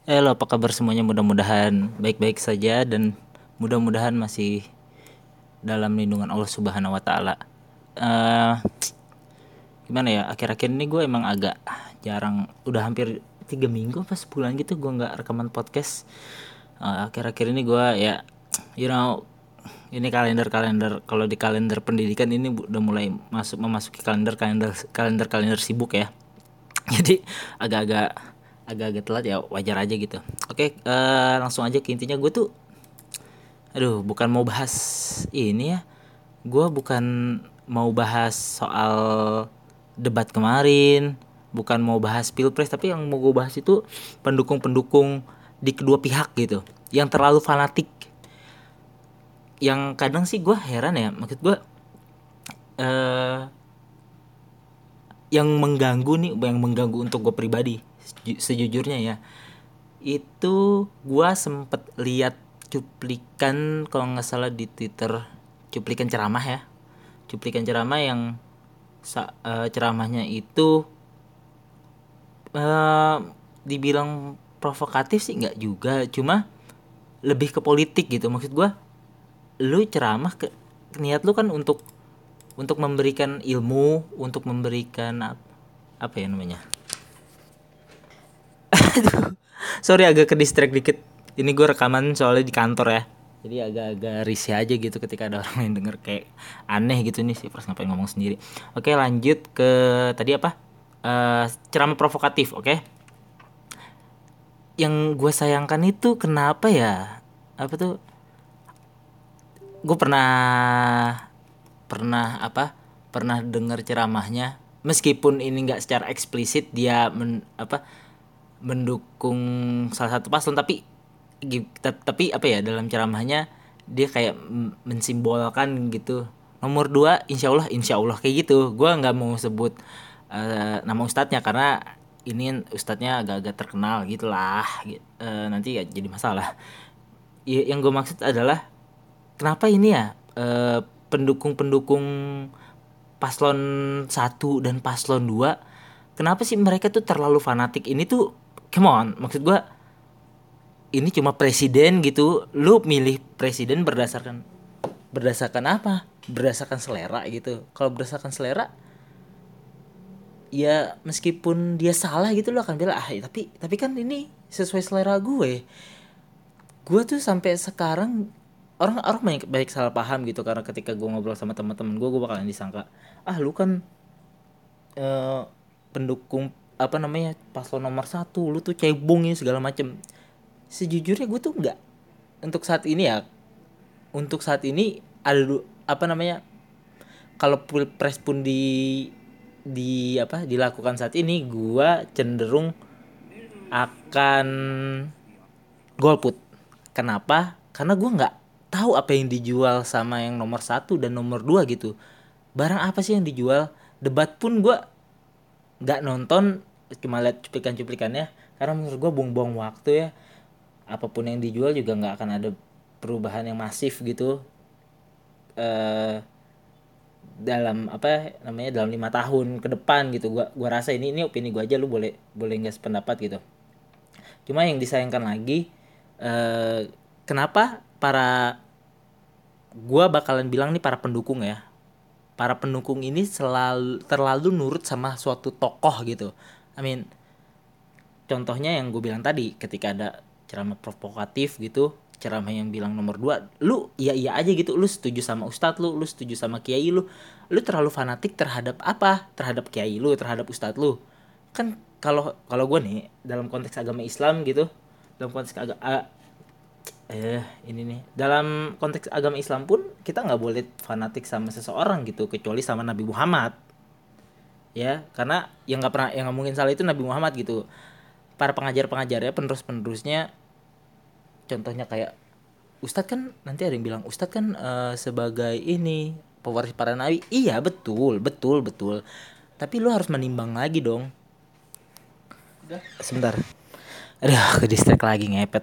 Halo, apa kabar semuanya? Mudah-mudahan baik-baik saja dan mudah-mudahan masih dalam lindungan Allah Subhanahu wa taala. Eh, Gimana ya? Akhir-akhir ini gue emang agak jarang, udah hampir 3 minggu apa sebulan gitu gue nggak rekaman podcast. Akhir-akhir ini gue ya, you know, ini kalender-kalender, kalau di kalender pendidikan ini udah mulai memasuki kalender sibuk ya. Jadi agak-agak agak-agak telat ya, wajar aja gitu. Oke, langsung aja ke intinya. Gue tuh aduh, bukan mau bahas ini ya. Gue bukan mau bahas soal debat kemarin, bukan mau bahas pilpres, tapi yang mau gue bahas itu pendukung-pendukung di kedua pihak gitu, yang terlalu fanatik. Yang kadang sih gue heran ya, maksud gue eh yang mengganggu untuk gue pribadi, sejujurnya ya, itu gua sempet lihat cuplikan kalau nggak salah di Twitter, cuplikan ceramah ya, cuplikan ceramah yang ceramahnya itu eh, dibilang provokatif sih nggak juga, cuma lebih ke politik gitu. Maksud gua, lu ceramah niat lu kan untuk memberikan ilmu, untuk memberikan apa ya namanya. Sorry, agak ke distract dikit. Ini gue rekaman soalnya di kantor ya. Jadi agak-agak risih aja gitu ketika ada orang yang denger, kayak aneh gitu nih sih pas ngapain ngomong sendiri. Oke, lanjut ke tadi apa? Ceramah provokatif, oke. Yang gue sayangkan itu kenapa ya? Apa tuh? Gue pernah apa? Pernah denger ceramahnya. Meskipun ini nggak secara eksplisit dia mendukung salah satu paslon, tapi apa ya, dalam ceramahnya dia kayak mensimbolkan gitu nomor dua, insya Allah kayak gitu. Gue nggak mau sebut nama ustadznya karena ini ustadznya agak-agak terkenal gitulah. Nanti ya jadi masalah. Yang gue maksud adalah, kenapa ini ya, pendukung-pendukung paslon satu dan paslon 2, kenapa sih mereka tuh terlalu fanatik? Ini tuh come on, maksud gue ini cuma presiden gitu. Lu milih presiden berdasarkan berdasarkan apa? Berdasarkan selera gitu. Kalau berdasarkan selera, ya meskipun dia salah gitu lo akan bilang, tapi kan ini sesuai selera gue. Gue tuh sampai sekarang orang-orang banyak salah paham gitu, karena ketika gue ngobrol sama teman-teman gue bakalan disangka, lu kan eh, pendukung apa namanya paslon nomor satu, lu tuh cebong ini segala macem. Sejujurnya gue tuh nggak, untuk saat ini ya, untuk saat ini ada apa namanya, kalau pilpres pun di apa dilakukan saat ini, gua cenderung akan golput. Kenapa? Karena gua nggak tahu apa yang dijual sama yang nomor satu dan nomor dua gitu. Barang apa sih yang dijual? Debat pun gua nggak nonton, cuma lihat cuplikan-cuplikannya, karena menurut gua buang-buang waktu ya. Apapun yang dijual juga nggak akan ada perubahan yang masif gitu, eh dalam apa namanya, dalam 5 tahun ke depan gitu. Gua rasa ini opini gua aja, lu boleh boleh nggak sependapat gitu. Cuma yang disayangkan lagi, eh kenapa gua bakalan bilang nih, para pendukung ya, para pendukung ini selalu terlalu nurut sama suatu tokoh gitu. I mean, contohnya yang gue bilang tadi, ketika ada ceramah provokatif gitu, ceramah yang bilang nomor dua, lu iya iya aja gitu, lu setuju sama ustadz lu setuju sama kiai lu terlalu fanatik terhadap apa, terhadap kiai lu, terhadap ustadz lu. Kan kalau kalau gue nih, dalam konteks agama Islam gitu, dalam konteks ini nih, dalam konteks agama Islam pun kita nggak boleh fanatik sama seseorang gitu, kecuali sama Nabi Muhammad ya, karena yang nggak pernah, yang nggak mungkin salah itu Nabi Muhammad gitu. Para pengajar-pengajarnya, penerus-penerusnya, contohnya kayak Ustadz kan, nanti ada yang bilang Ustadz kan sebagai ini pewaris para nabi. Iya, betul betul betul, tapi lu harus menimbang lagi dong. Sebentar, aduh, ke distract lagi, ngepet.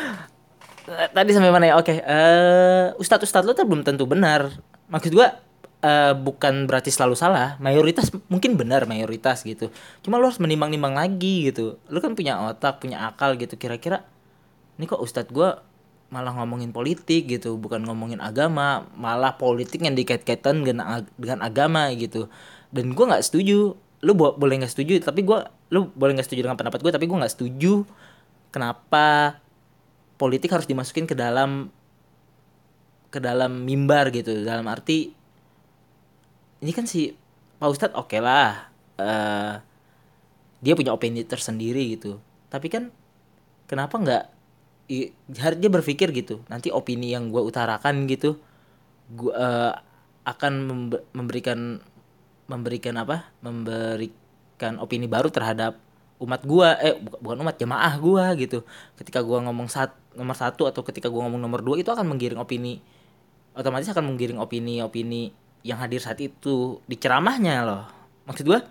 Tadi sampai mana ya? Oke, ustadz ustadz lu tuh belum tentu benar. Maksud gua, bukan berarti selalu salah, mayoritas mungkin benar, mayoritas gitu, cuma lu harus menimbang-nimbang lagi gitu. Lu kan punya otak, punya akal gitu, kira-kira ini kok ustadz gua malah ngomongin politik gitu, bukan ngomongin agama, malah politik yang dikait-kaitan dengan agama gitu. Dan gua nggak setuju. Lu boleh nggak setuju, tapi lu boleh nggak setuju dengan pendapat gue, tapi gua nggak setuju kenapa politik harus dimasukin ke dalam mimbar gitu. Dalam arti ini kan si Pak Ustadz oke lah, eh dia punya opini tersendiri gitu, tapi kan kenapa nggak dia berpikir gitu, nanti opini yang gue utarakan gitu, gue akan memberikan apa, memberikan opini baru terhadap umat gua, bukan umat, jamaah gua gitu. Ketika gua ngomong nomor satu, atau ketika gua ngomong nomor dua, itu akan menggiring opini, otomatis akan menggiring opini-opini yang hadir saat itu di ceramahnya loh. Maksud gua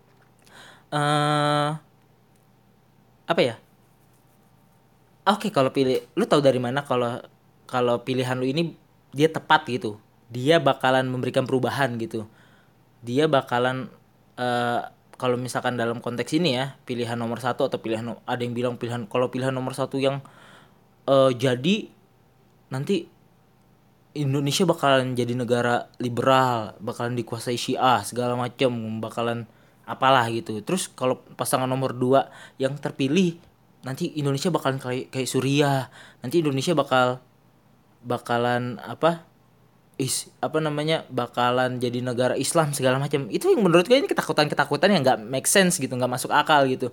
eh apa ya, oke, kalau pilih, lu tahu dari mana kalau kalau pilihan lu ini dia tepat gitu, dia bakalan memberikan perubahan gitu, dia bakalan eh kalau misalkan dalam konteks ini ya, pilihan nomor satu atau ada yang bilang pilihan, kalau pilihan nomor satu yang jadi nanti Indonesia bakalan jadi negara liberal, bakalan dikuasai Syiah segala macam, bakalan apalah gitu. Terus kalau pasangan nomor dua yang terpilih, nanti Indonesia bakalan kayak Suriah, nanti Indonesia bakalan apa namanya, bakalan jadi negara Islam segala macam. Itu yang menurut gue ini ketakutan-ketakutan yang nggak make sense gitu, nggak masuk akal gitu.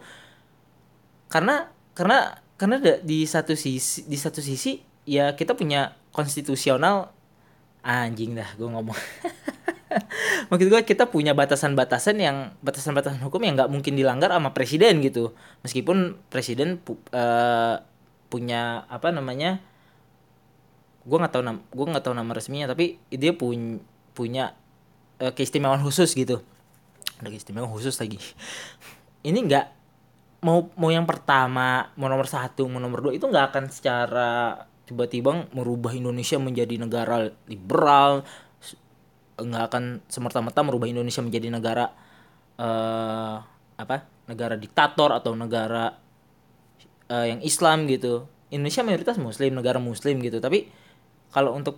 Karena di satu sisi ya kita punya konstitusional, anjing dah gue ngomong. Maksud gue kita punya batasan-batasan hukum yang nggak mungkin dilanggar sama presiden gitu. Meskipun presiden punya apa namanya, gue nggak tahu nama resminya, tapi dia punya keistimewaan khusus gitu. Ada keistimewaan khusus lagi. Ini nggak, mau yang pertama, mau nomor satu, mau nomor dua, itu nggak akan secara tiba-tiba merubah Indonesia menjadi negara liberal, nggak akan semerta-merta merubah Indonesia menjadi negara eh negara diktator atau negara yang Islam gitu. Indonesia mayoritas Muslim, negara Muslim gitu. Tapi kalau untuk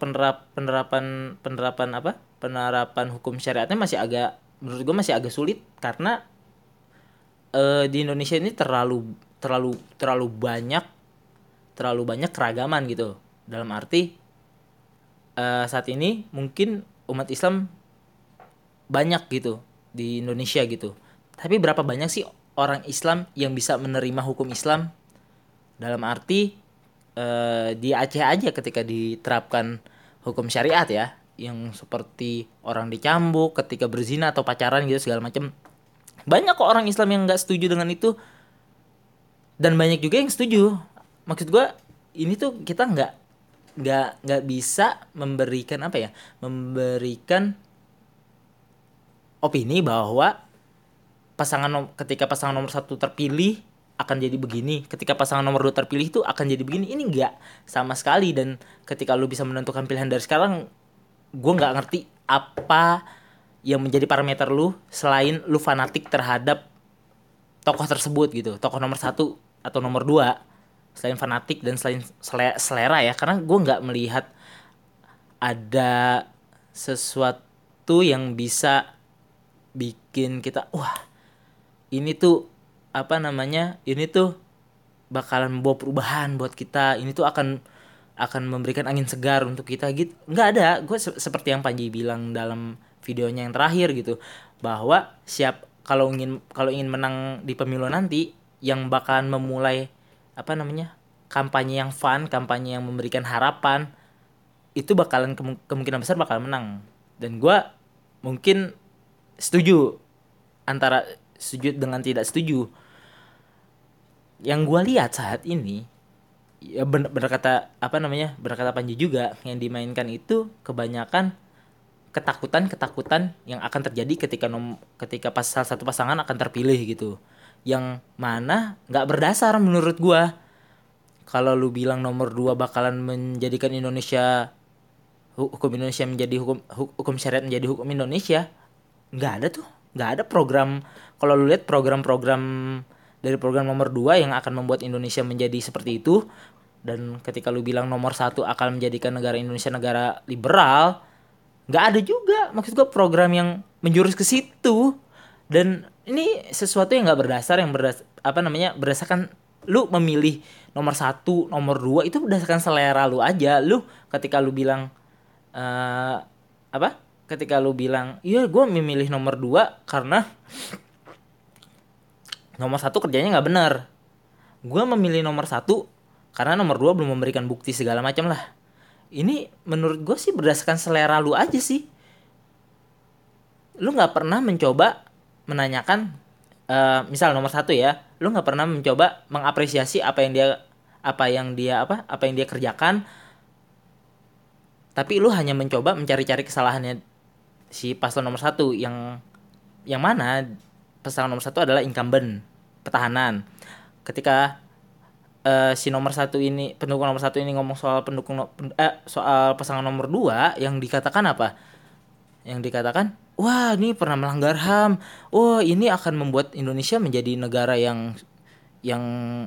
penerapan hukum syariatnya masih agak, menurut gue masih agak sulit, karena di Indonesia ini terlalu terlalu terlalu banyak keragaman gitu. Dalam arti saat ini mungkin umat Islam banyak gitu di Indonesia gitu. Tapi berapa banyak sih orang Islam yang bisa menerima hukum Islam? Dalam arti di Aceh aja ketika diterapkan hukum syariat ya, yang seperti orang dicambuk ketika berzina atau pacaran gitu segala macam. Banyak kok orang Islam yang nggak setuju dengan itu, dan banyak juga yang setuju. Maksud gue ini tuh kita nggak bisa memberikan apa ya, memberikan opini bahwa ketika pasangan nomor satu terpilih akan jadi begini, ketika pasangan nomor dua terpilih itu akan jadi begini. Ini nggak sama sekali. Dan ketika lu bisa menentukan pilihan dari sekarang, gue nggak ngerti apa yang menjadi parameter lu selain lu fanatik terhadap tokoh tersebut gitu, tokoh nomor satu atau nomor dua. Selain fanatik dan selain selera ya, karena gue nggak melihat ada sesuatu yang bisa bikin kita, wah ini tuh apa namanya, ini tuh bakalan membawa perubahan buat kita, ini tuh akan memberikan angin segar untuk kita gitu. Nggak ada. Gue seperti yang Panji bilang dalam videonya yang terakhir gitu, bahwa kalau ingin menang di pemilu nanti, yang bakalan memulai apa namanya, kampanye yang fun, kampanye yang memberikan harapan, itu bakalan kemungkinan besar bakal menang. Dan gue mungkin setuju, antara setuju dengan tidak setuju. Yang gue lihat saat ini, ya benar kata apa namanya, benar kata Panji juga, yang dimainkan itu kebanyakan ketakutan yang akan terjadi ketika salah satu pasangan akan terpilih gitu, yang mana nggak berdasar menurut gua. Kalau lu bilang nomor 2 bakalan menjadikan Indonesia hukum Indonesia menjadi hukum syariat menjadi hukum Indonesia. Nggak ada tuh, nggak ada program. Kalau lu lihat program-program dari program nomor 2 yang akan membuat Indonesia menjadi seperti itu, dan ketika lu bilang nomor 1 akan menjadikan negara Indonesia negara liberal, nggak ada juga. Maksud gue program yang menjurus ke situ. Dan ini sesuatu yang nggak berdasar, yang berdasarkan lu memilih nomor 1 nomor 2 itu berdasarkan selera lu aja. Lu ketika lu bilang eh apa ketika lu bilang iya gue memilih nomor 2 karena nomor 1 kerjanya nggak benar, gue memilih nomor 1 karena nomor 2 belum memberikan bukti segala macam lah. Ini menurut gue sih berdasarkan selera lu aja sih. Lu nggak pernah mencoba menanyakan, misal nomor 1 ya, lu nggak pernah mencoba mengapresiasi apa yang dia kerjakan, tapi lu hanya mencoba mencari-cari kesalahannya si paslon nomor 1 yang mana pasangan nomor 1 adalah incumbent, petahanan. Ketika si nomor 1 ini, pendukung nomor 1 ini ngomong soal soal pasangan nomor 2, yang dikatakan apa? Yang dikatakan, wah ini pernah melanggar HAM. Oh ini akan membuat Indonesia menjadi negara yang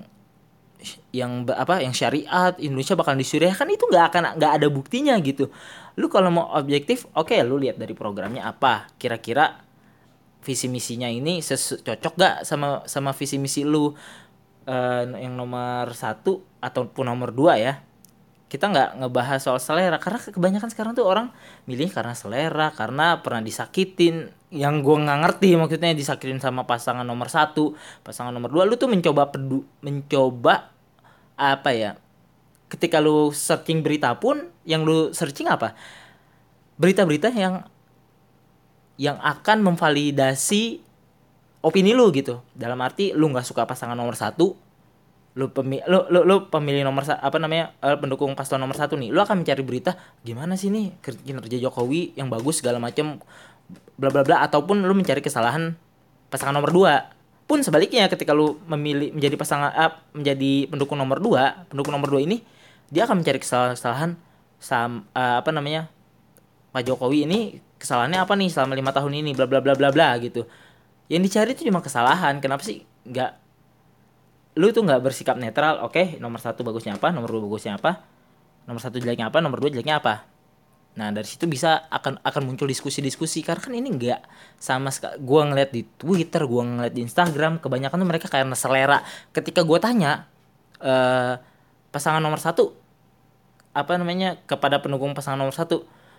yang syariat, Indonesia bakal disyariahkan. Itu nggak ada buktinya gitu. Lu kalau mau objektif, oke, lu lihat dari programnya apa, kira-kira visi misinya ini cocok gak sama visi misi lu, yang nomor 1 ataupun nomor 2 ya. Kita nggak ngebahas soal selera, karena kebanyakan sekarang tuh orang milih karena selera, karena pernah disakitin. Yang gue nggak ngerti maksudnya disakitin sama pasangan nomor 1, pasangan nomor 2. Lu tuh mencoba apa ya, ketika lu searching berita pun yang lu searching apa, berita-berita yang akan memvalidasi opini lu gitu. Dalam arti lu nggak suka pasangan nomor 1, lu pemilih pendukung paslon nomor 1 nih, lu akan mencari berita gimana sih nih kinerja Jokowi yang bagus segala macam bla bla bla, ataupun lu mencari kesalahan pasangan nomor 2. Pun sebaliknya, ketika lu memilih menjadi pendukung nomor 2, pendukung nomor 2 ini dia akan mencari kesalahan Pak Jokowi ini kesalahannya apa nih selama 5 tahun ini bla bla bla bla bla gitu. Yang dicari itu cuma kesalahan. Kenapa sih lu tuh nggak bersikap netral? Oke, nomor 1 bagusnya apa, nomor 2 bagusnya apa, nomor 1 jeleknya apa, nomor 2 jeleknya apa. Nah dari situ akan muncul diskusi-diskusi, karena kan ini nggak sama sekali. Gue ngeliat di Twitter, gue ngeliat di Instagram, kebanyakan tuh mereka karena selera. Ketika gue tanya pasangan nomor 1 kepada pendukung pasangan nomor 1,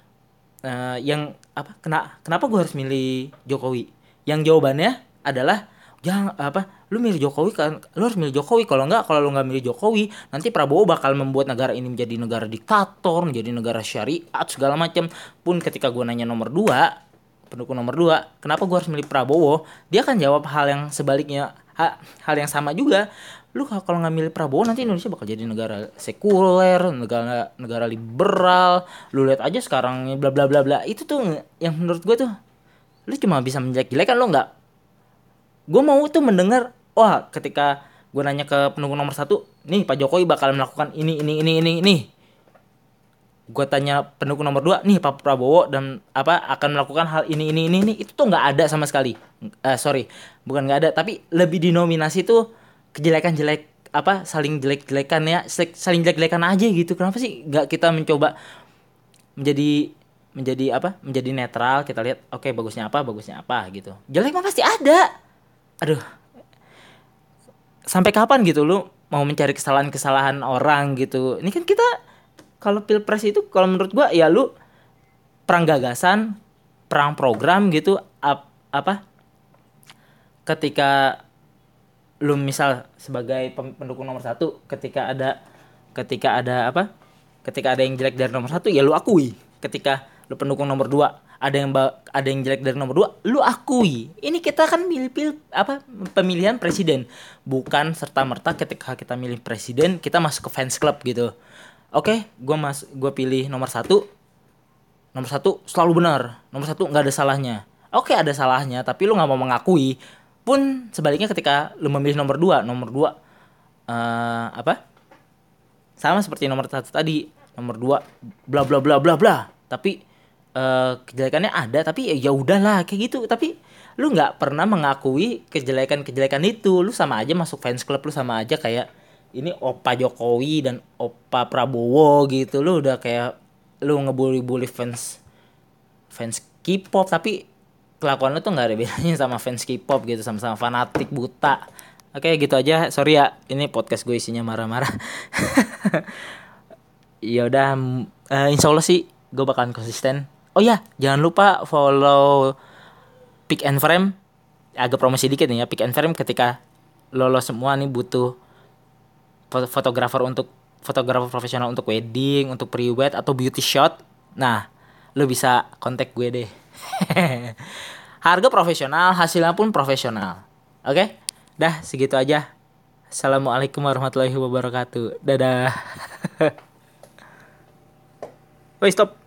kenapa gue harus milih Jokowi, yang jawabannya adalah lu milih Jokowi kan, lu harus milih Jokowi, kalau lu nggak milih Jokowi nanti Prabowo bakal membuat negara ini menjadi negara diktator, menjadi negara syariat segala macam. Pun ketika gue nanya nomor 2, pendukung nomor 2, kenapa gue harus milih Prabowo, dia akan jawab hal yang sebaliknya, hal yang sama juga. Lu kalau nggak milih Prabowo nanti Indonesia bakal jadi negara sekuler, negara liberal. Lu lihat aja sekarang bla bla bla bla. Itu tuh yang menurut gue tuh lu cuma bisa menjelek-jelekan. Lu nggak, gue mau tuh mendengar, wah ketika gue nanya ke pendukung nomor 1, nih Pak Jokowi bakal melakukan ini. Gue tanya pendukung nomor 2, nih Pak Prabowo dan akan melakukan hal ini. Itu tuh nggak ada sama sekali. Bukan nggak ada, tapi lebih dinominasi tuh kejelekan-jelek, saling jelek-jelekan ya, saling jelek-jelekan aja gitu. Kenapa sih nggak kita mencoba menjadi netral, kita lihat oke, bagusnya apa gitu. Jelek mah pasti ada. Aduh, sampai kapan gitu lu mau mencari kesalahan-kesalahan orang gitu. Ini kan kita kalau pilpres itu, kalau menurut gua ya lu perang gagasan, perang program gitu. Ketika lu misal sebagai pendukung nomor 1, ketika ada yang jelek dari nomor 1, ya lu akui. Ketika lu pendukung nomor 2 ada yang jelek dari nomor 2, lu akui. Ini kita kan pemilihan presiden, bukan serta merta ketika kita milih presiden kita masuk ke fans club gitu. Oke, gue pilih nomor 1 selalu benar, nomor 1 nggak ada salahnya. Oke, ada salahnya tapi lu nggak mau mengakui. Pun sebaliknya ketika lu memilih nomor 2 sama seperti nomor 1 tadi, nomor 2 bla bla bla bla bla, tapi kejelekannya ada, tapi ya udahlah kayak gitu. Tapi lu nggak pernah mengakui kejelekan itu. Lu sama aja masuk fans club, lu sama aja kayak ini Opa Jokowi dan Opa Prabowo gitu. Lu udah kayak lu ngebully-bully fans fans K-pop, tapi kelakuan lu tuh nggak ada bedanya sama fans K-pop gitu, sama-sama fanatik buta. Oke, gitu aja. Sorry ya, ini podcast gue isinya marah-marah. Ya udah, insya Allah sih gue bakalan konsisten. Oh ya, jangan lupa follow Pick and Frame. Agak promosi dikit nih ya, Pick and Frame ketika lolos semua nih butuh fotografer profesional untuk wedding, untuk pre-wed atau beauty shot. Nah, lu bisa kontak gue deh. Harga profesional, hasilnya pun profesional. Oke? Dah, segitu aja. Assalamualaikum warahmatullahi wabarakatuh. Dadah. Woi, stop.